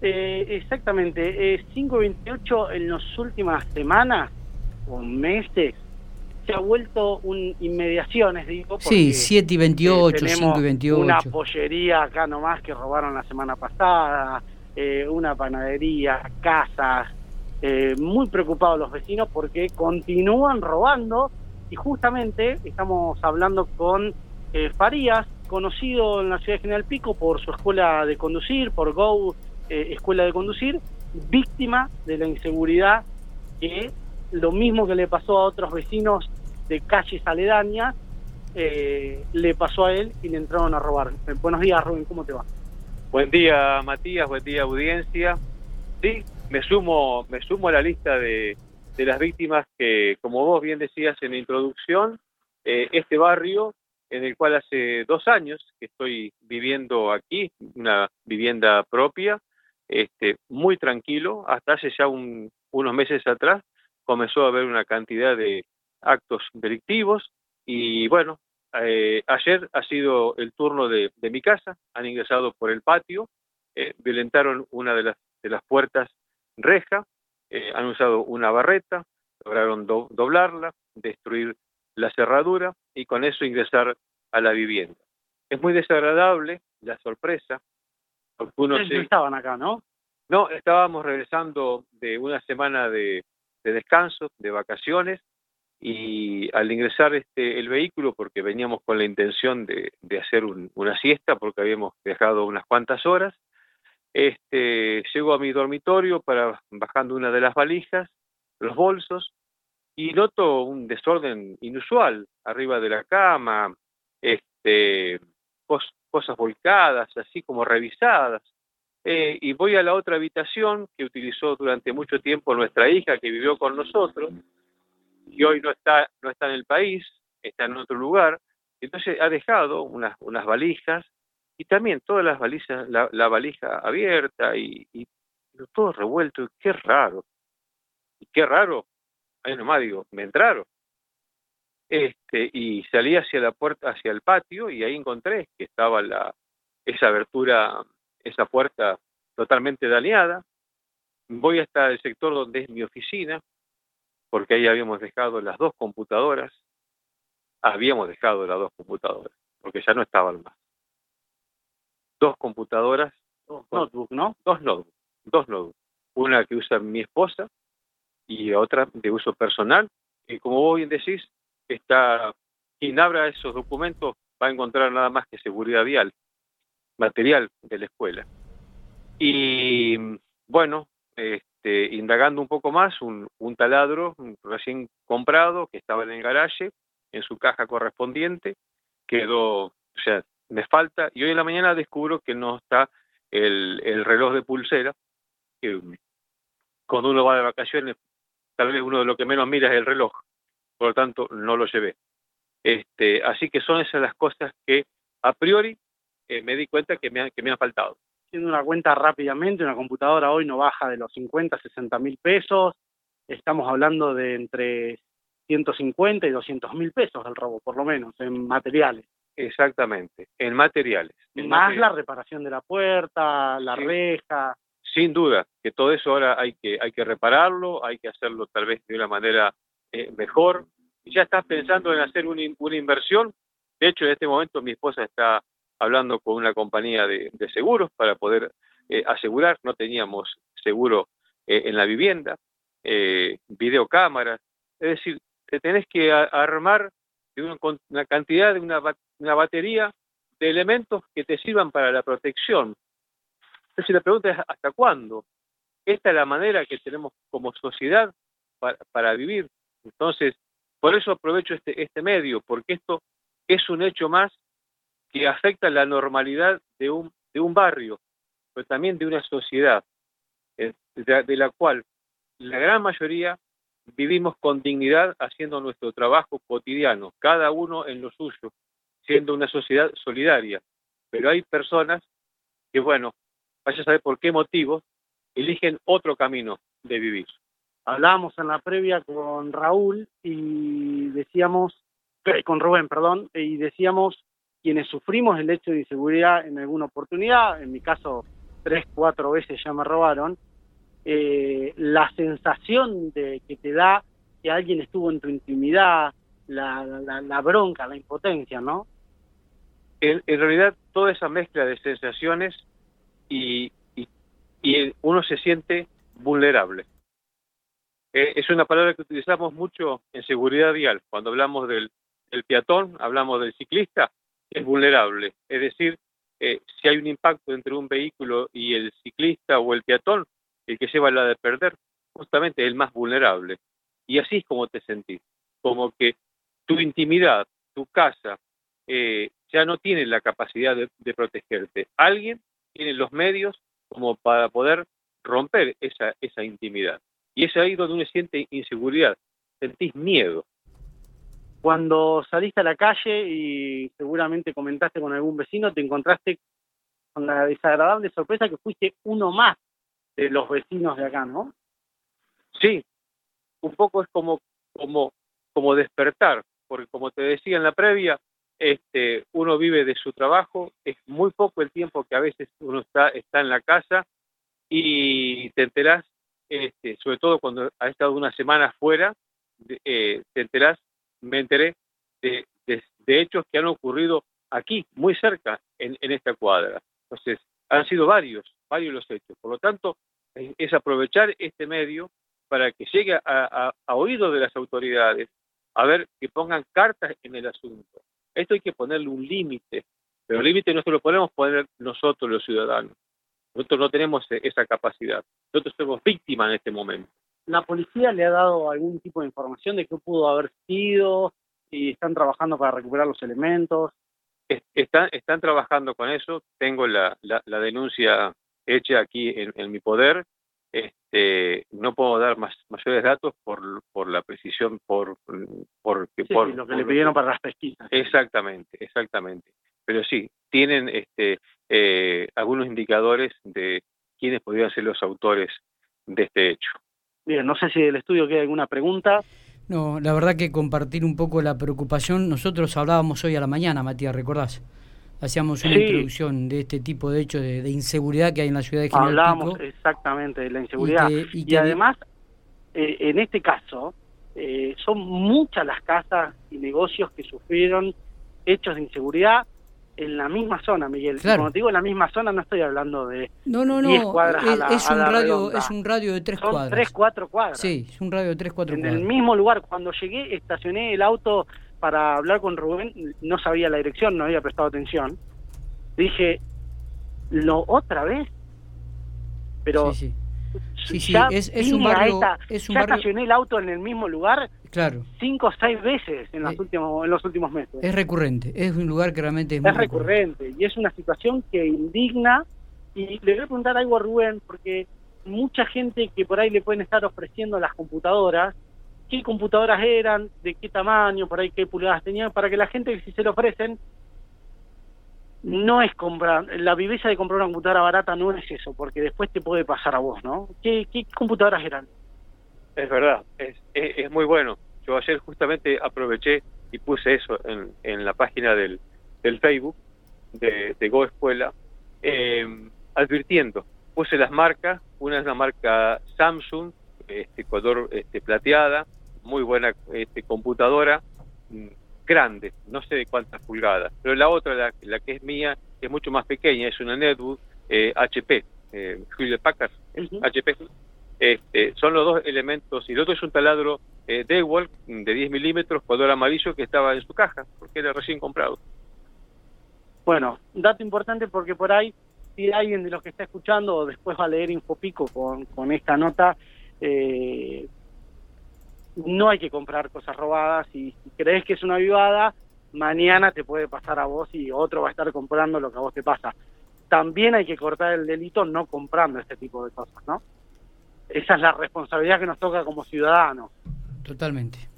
Exactamente, 528 en las últimas semanas o meses se ha vuelto un inmediaciones, digo, Sí, porque 7 y 28, 5 y tenemos una 28. pollería acá nomás que robaron la semana pasada, una panadería, casas, muy preocupados los vecinos porque continúan robando y justamente estamos hablando con Farías, conocido en la ciudad de General Pico por su escuela de conducir, por Go Escuela de Conducir, víctima de la inseguridad que lo mismo que le pasó a otros vecinos de calles aledañas, le pasó a él y le entraron a robar. Buenos días, Rubén, ¿cómo te va? Buen día, Matías, buen día, audiencia. Sí, me sumo a la lista de las víctimas que, como vos bien decías en la introducción, este barrio en el cual hace 2 años que estoy viviendo aquí, una vivienda propia, muy tranquilo, hasta hace ya unos meses atrás comenzó a haber una cantidad de actos delictivos y bueno, ayer ha sido el turno de mi casa, han ingresado por el patio, violentaron una de las puertas reja, han usado una barreta, lograron doblarla, destruir la cerradura y con eso ingresar a la vivienda. Es muy desagradable la sorpresa, porque uno Ustedes no estaban acá, ¿no? No, estábamos regresando de una semana de descanso, de vacaciones, y al ingresar el vehículo, porque veníamos con la intención de hacer una siesta, porque habíamos viajado unas cuantas horas, llego a mi dormitorio bajando una de las valijas, los bolsos, y noto un desorden inusual arriba de la cama, cosas volcadas, así como revisadas. Y voy a la otra habitación que utilizó durante mucho tiempo nuestra hija que vivió con nosotros, y hoy no está en el país, está en otro lugar. Entonces ha dejado unas valijas y también todas las valijas, la valija abierta y todo revuelto. Y qué raro, ahí nomás digo, me entraron. Y salí hacia la puerta, hacia el patio, y ahí encontré que estaba esa abertura, esa puerta totalmente dañada. Voy hasta el sector donde es mi oficina, porque ahí habíamos dejado las 2 computadoras, porque ya no estaban más. 2 computadoras, Notebook, ¿no? dos notebooks. Una que usa mi esposa y otra de uso personal, y como vos bien decís, quien abra esos documentos va a encontrar nada más que seguridad vial, material de la escuela. Y bueno, indagando un poco más, un taladro recién comprado que estaba en el garaje, en su caja correspondiente, quedó, o sea, me falta, y hoy en la mañana descubro que no está el reloj de pulsera, que cuando uno va de vacaciones, tal vez uno de lo que menos mira es el reloj, por lo tanto no lo llevé. Así que son esas las cosas que a priori me di cuenta que me han faltado. Haciendo una cuenta rápidamente, una computadora hoy no baja de los 50, 60 mil pesos. Estamos hablando de entre 150 y 200 mil pesos del robo, por lo menos, en materiales. Exactamente, en materiales. Más la reparación de la puerta, la Sí. reja. Sin duda, que todo eso ahora hay que repararlo, hay que hacerlo tal vez de una manera mejor. Y ya estás pensando en hacer una inversión. De hecho, en este momento mi esposa está hablando con una compañía de seguros para poder asegurar. No teníamos seguro en la vivienda, videocámaras. Es decir, te tenés que armar de una cantidad, de una batería de elementos que te sirvan para la protección. Entonces la pregunta es, ¿hasta cuándo? Esta es la manera que tenemos como sociedad para vivir. Entonces, por eso aprovecho este medio, porque esto es un hecho más que afecta la normalidad de un barrio, pero también de una sociedad, de la cual la gran mayoría vivimos con dignidad haciendo nuestro trabajo cotidiano, cada uno en lo suyo, siendo una sociedad solidaria. Pero hay personas que, bueno, vaya a saber por qué motivos, eligen otro camino de vivir. Hablábamos en la previa con Raúl y decíamos, con Rubén, perdón, y decíamos quienes sufrimos el hecho de inseguridad en alguna oportunidad, en mi caso 3, 4 veces ya me robaron, la sensación de que te da que alguien estuvo en tu intimidad, la bronca, la impotencia, ¿no? En realidad, toda esa mezcla de sensaciones y uno se siente vulnerable. Es una palabra que utilizamos mucho en seguridad vial. Cuando hablamos del peatón, hablamos del ciclista, es vulnerable. Es decir, si hay un impacto entre un vehículo y el ciclista o el peatón, el que lleva la de perder, justamente es el más vulnerable. Y así es como te sentís, como que tu intimidad, tu casa, ya no tiene la capacidad de protegerte. Alguien tiene los medios como para poder romper esa intimidad. Y es ahí donde uno siente inseguridad, sentís miedo. Cuando saliste a la calle y seguramente comentaste con algún vecino, te encontraste con la desagradable sorpresa que fuiste uno más de los vecinos de acá, ¿no? Sí, un poco es como despertar, porque como te decía en la previa, uno vive de su trabajo, es muy poco el tiempo que a veces uno está en la casa y te enterás, sobre todo cuando has estado una semana fuera, te enterás, me enteré de hechos que han ocurrido aquí, muy cerca, en esta cuadra. Entonces, han sido varios los hechos. Por lo tanto, es aprovechar este medio para que llegue a oído de las autoridades, a ver que pongan cartas en el asunto. Esto hay que ponerle un límite, pero el límite no se lo podemos poner nosotros los ciudadanos. Nosotros no tenemos esa capacidad. Nosotros somos víctimas en este momento. ¿La policía le ha dado algún tipo de información de qué pudo haber sido? ¿Y están trabajando para recuperar los elementos? Están trabajando con eso. Tengo la denuncia hecha aquí en mi poder. No puedo dar mayores datos por la precisión, por lo que le pidieron para las pesquisas. Exactamente. Pero sí, tienen algunos indicadores de quiénes podrían ser los autores de este hecho. Bien, no sé si del estudio queda alguna pregunta. No, la verdad que compartir un poco la preocupación. Nosotros hablábamos hoy a la mañana, Matías, ¿recordás? Hacíamos una introducción de este tipo de hechos de inseguridad que hay en la ciudad de General Pico. Hablábamos exactamente de la inseguridad. Y además, en este caso, son muchas las casas y negocios que sufrieron hechos de inseguridad en la misma zona, Miguel. Claro. Cuando te digo en la misma zona, no estoy hablando de 10 cuadras es un radio de 3 Son cuadras. 3, 4 cuadras. Sí, es un radio de 3, 4 cuadras. En el mismo lugar. Cuando llegué, estacioné el auto para hablar con Rubén, no sabía la dirección, no había prestado atención. Dije, ¿otra vez? Pero sí. es un barrio, estacioné el auto en el mismo lugar, claro, 5 o 6 veces en los últimos meses. Es recurrente, es un lugar que realmente es muy recurrente. Y es una situación que indigna. Y le voy a preguntar algo a Rubén, porque mucha gente que por ahí le pueden estar ofreciendo las computadoras, qué computadoras eran, de qué tamaño, por ahí qué pulgadas tenían, para que la gente que si se lo ofrecen, no es comprar, la viveza de comprar una computadora barata no es eso, porque después te puede pasar a vos, ¿no? ¿Qué computadoras eran? Es verdad, es muy bueno. Yo ayer justamente aproveché y puse eso en la página del Facebook de Go Escuela, advirtiendo. Puse las marcas, una es la marca Samsung, color plateada, muy buena computadora, grande, no sé de cuántas pulgadas, pero la otra, la que es mía, es mucho más pequeña, es una netbook HP, Hewlett Packard, HP. Son los dos elementos, y el otro es un taladro DeWalt de 10 milímetros, color amarillo, que estaba en su caja, porque era recién comprado. Bueno, dato importante, porque por ahí, si alguien de los que está escuchando o después va a leer Infopico con esta nota, no hay que comprar cosas robadas. Y si crees que es una avivada, mañana te puede pasar a vos y otro va a estar comprando lo que a vos te pasa. También hay que cortar el delito no comprando este tipo de cosas, ¿no? Esa es la responsabilidad que nos toca como ciudadanos. Totalmente.